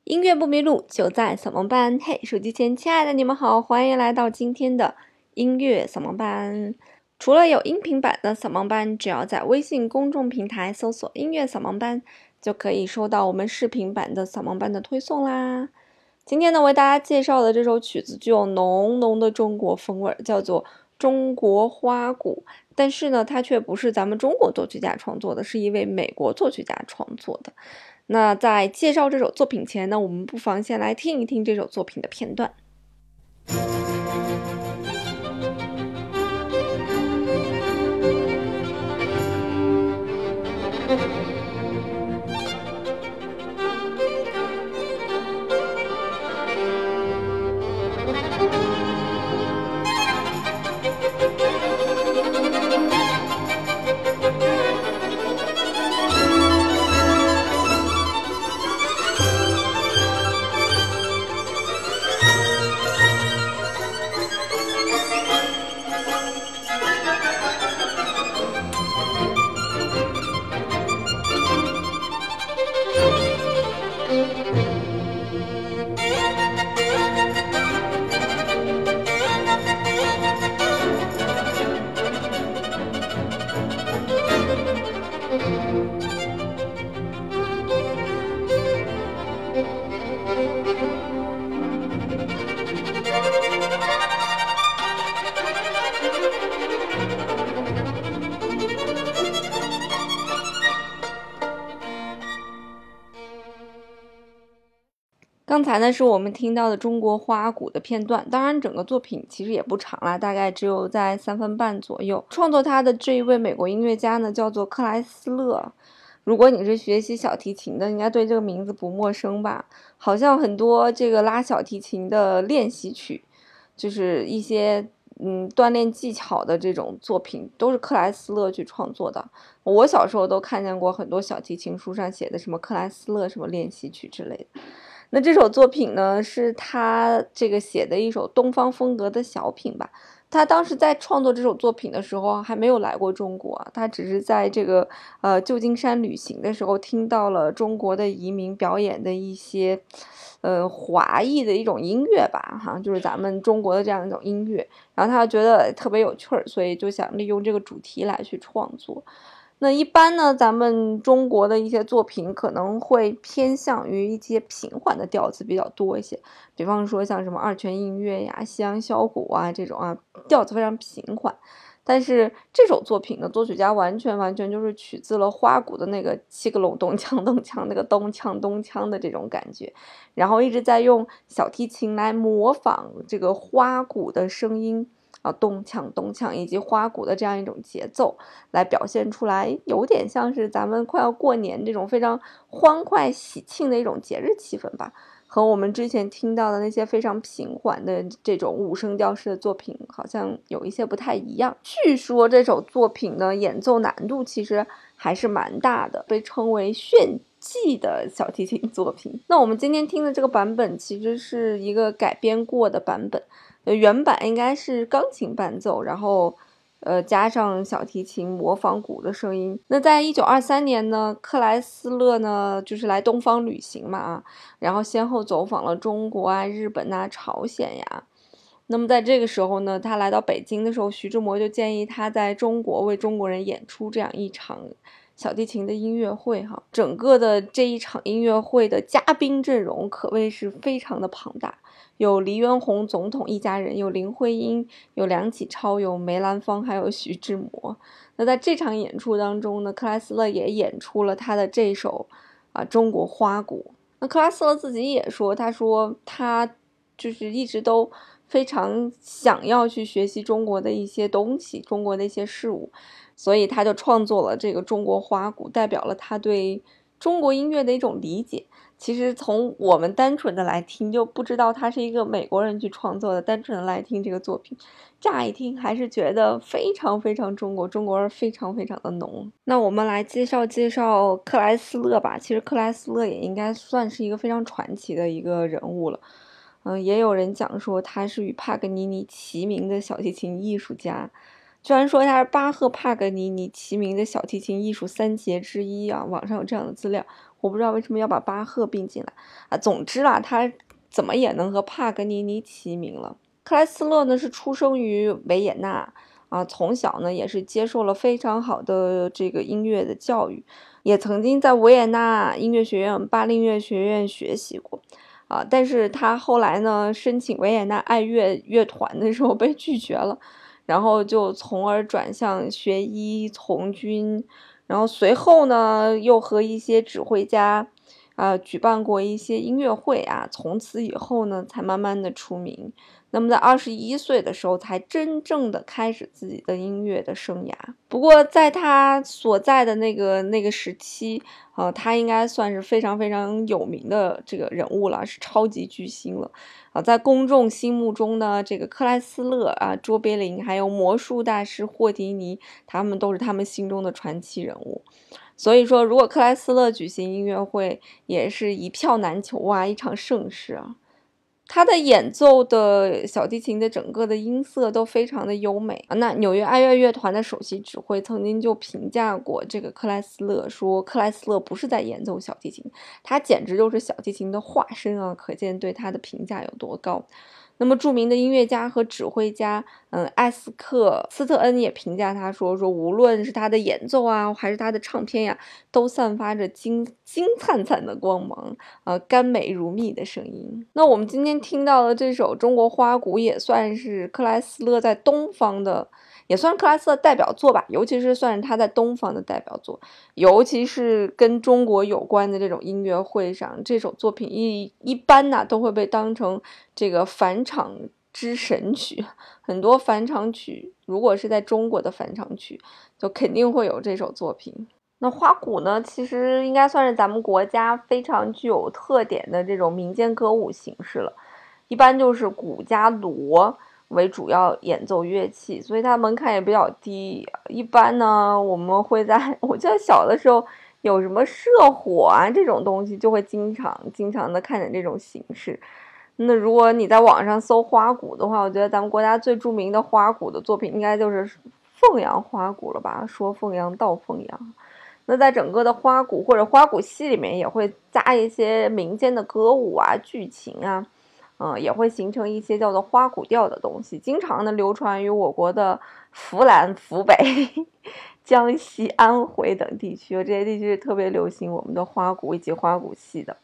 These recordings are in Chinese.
音乐不迷路，就在扫盲班。嘿，手机前亲爱的你们好，欢迎来到今天的音乐扫盲班。除了有音频版的扫盲班，只要在微信公众平台搜索音乐扫盲班，就可以收到我们视频版的扫盲班的推送啦。今天呢，为大家介绍的这首曲子具有浓浓的中国风味，叫做《中国花鼓》，但是呢，它却不是咱们中国作曲家创作的，是一位美国作曲家创作的。那在介绍这首作品前呢，我们不妨先来听一听这首作品的片段。刚才呢是我们听到的中国花鼓的片段，当然整个作品其实也不长啦，大概只有在3分半左右。创作它的这一位美国音乐家呢叫做克莱斯勒。如果你是学习小提琴的，应该对这个名字不陌生吧？好像很多这个拉小提琴的练习曲，就是一些锻炼技巧的这种作品，都是克莱斯勒去创作的。我小时候都看见过很多小提琴书上写的什么克莱斯勒什么练习曲之类的。那这首作品呢，是他这个写的一首东方风格的小品吧。他当时在创作这首作品的时候还没有来过中国，他只是在这个旧金山旅行的时候听到了中国的移民表演的一些华裔的一种音乐吧，哈，就是咱们中国的这样一种音乐，然后他觉得特别有趣儿，所以就想利用这个主题来去创作。那一般呢，咱们中国的一些作品可能会偏向于一些平缓的调子比较多一些，比方说像什么二泉映月呀、西洋小鼓啊这种啊，调子非常平缓。但是这首作品呢，作曲家完全就是取自了花鼓的那个七个隆咚锵咚锵那个咚锵咚锵的这种感觉，然后一直在用小提琴来模仿这个花鼓的声音。咚锵咚锵以及花鼓的这样一种节奏来表现出来，有点像是咱们快要过年这种非常欢快喜庆的一种节日气氛吧，和我们之前听到的那些非常平缓的这种五声调式的作品好像有一些不太一样。据说这首作品呢，演奏难度其实还是蛮大的，被称为炫技的小提琴作品。那我们今天听的这个版本其实是一个改编过的版本，原版应该是钢琴伴奏，然后加上小提琴模仿鼓的声音。那在1923年呢，克莱斯勒呢就是来东方旅行嘛，然后先后走访了中国啊、日本啊、朝鲜呀。那么在这个时候呢，他来到北京的时候，徐志摩就建议他在中国为中国人演出这样一场小提琴的音乐会哈。整个的这一场音乐会的嘉宾阵容可谓是非常的庞大，有黎元洪总统一家人，有林徽因，有梁启超，有梅兰芳，还有徐志摩。那在这场演出当中呢，克莱斯勒也演出了他的这首中国花鼓。那克莱斯勒自己也说，他说他就是一直都非常想要去学习中国的一些东西，中国的一些事物，所以他就创作了这个中国花鼓，代表了他对中国音乐的一种理解。其实从我们单纯的来听，就不知道他是一个美国人去创作的，单纯的来听这个作品，乍一听还是觉得非常中国味非常的浓。那我们来介绍克莱斯勒吧。其实克莱斯勒也应该算是一个非常传奇的一个人物了。也有人讲说他是与帕格尼尼齐名的小提琴艺术家。 居然说它是巴赫帕格尼尼齐名的小提琴艺术三杰之一啊，网上有这样的资料，我不知道为什么要把巴赫并进来啊。总之啦，他怎么也能和帕格尼尼齐名了。克莱斯勒呢是出生于维也纳啊，从小呢也是接受了非常好的这个音乐的教育，也曾经在维也纳音乐学院、巴林乐学院学习过。但是他后来呢，申请维也纳爱乐乐团的时候被拒绝了，然后就从而转向学医从军，然后随后呢，又和一些指挥家，举办过一些音乐会啊，从此以后呢，才慢慢的出名。那么在21岁的时候，才真正的开始自己的音乐的生涯。不过在他所在的那个时期，他应该算是非常非常有名的这个人物了，是超级巨星了。在公众心目中呢，这个克莱斯勒啊、卓别林还有魔术大师霍迪尼，他们都是他们心中的传奇人物。所以说，如果克莱斯勒举行音乐会，也是一票难求啊，一场盛事啊。他的演奏的小提琴的整个的音色都非常的优美。那纽约爱乐乐团的首席指挥曾经就评价过这个克莱斯勒，说克莱斯勒不是在演奏小提琴，他简直就是小提琴的化身啊，可见对他的评价有多高。那么著名的音乐家和指挥家，艾斯克斯特恩也评价他说无论是他的演奏啊，还是他的唱片呀，都散发着金灿灿的光芒，甘美如蜜的声音。那我们今天听到的这首中国花鼓，也算是克莱斯勒在东方的，也算克莱斯勒代表作吧，尤其是算是他在东方的代表作，尤其是跟中国有关的这种音乐会上，这首作品一般呢都会被当成这个返场之神曲。很多返场曲如果是在中国的返场曲，就肯定会有这首作品。那花鼓呢，其实应该算是咱们国家非常具有特点的这种民间歌舞形式了，一般就是鼓加锣为主要演奏乐器，所以它门槛也比较低。一般呢，我们会我记得小的时候有什么社火啊这种东西，就会经常的看见这种形式。那如果你在网上搜花鼓的话，我觉得咱们国家最著名的花鼓的作品应该就是凤阳花鼓了吧？说凤阳道凤阳。那在整个的花鼓或者花鼓戏里面，也会加一些民间的歌舞啊、剧情啊，也会形成一些叫做花鼓调的东西，经常的流传于我国的湖南、湖北、江西、安徽等地区，这些地区是特别流行我们的花鼓以及花鼓戏的。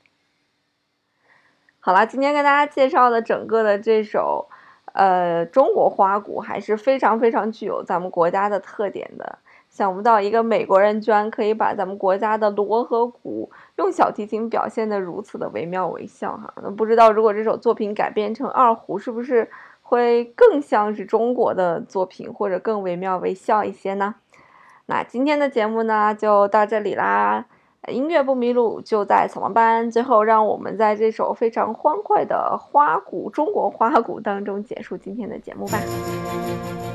好啦，今天跟大家介绍的整个的这首中国花鼓还是非常非常具有咱们国家的特点的。想不到一个美国人居然可以把咱们国家的锣和鼓用小提琴表现得如此的惟妙惟肖哈。那不知道如果这首作品改编成二胡，是不是会更像是中国的作品，或者更惟妙惟肖一些呢？那今天的节目呢就到这里啦。音乐不迷路，就在扫盲班。最后，让我们在这首非常欢快的花鼓中国花鼓当中结束今天的节目吧。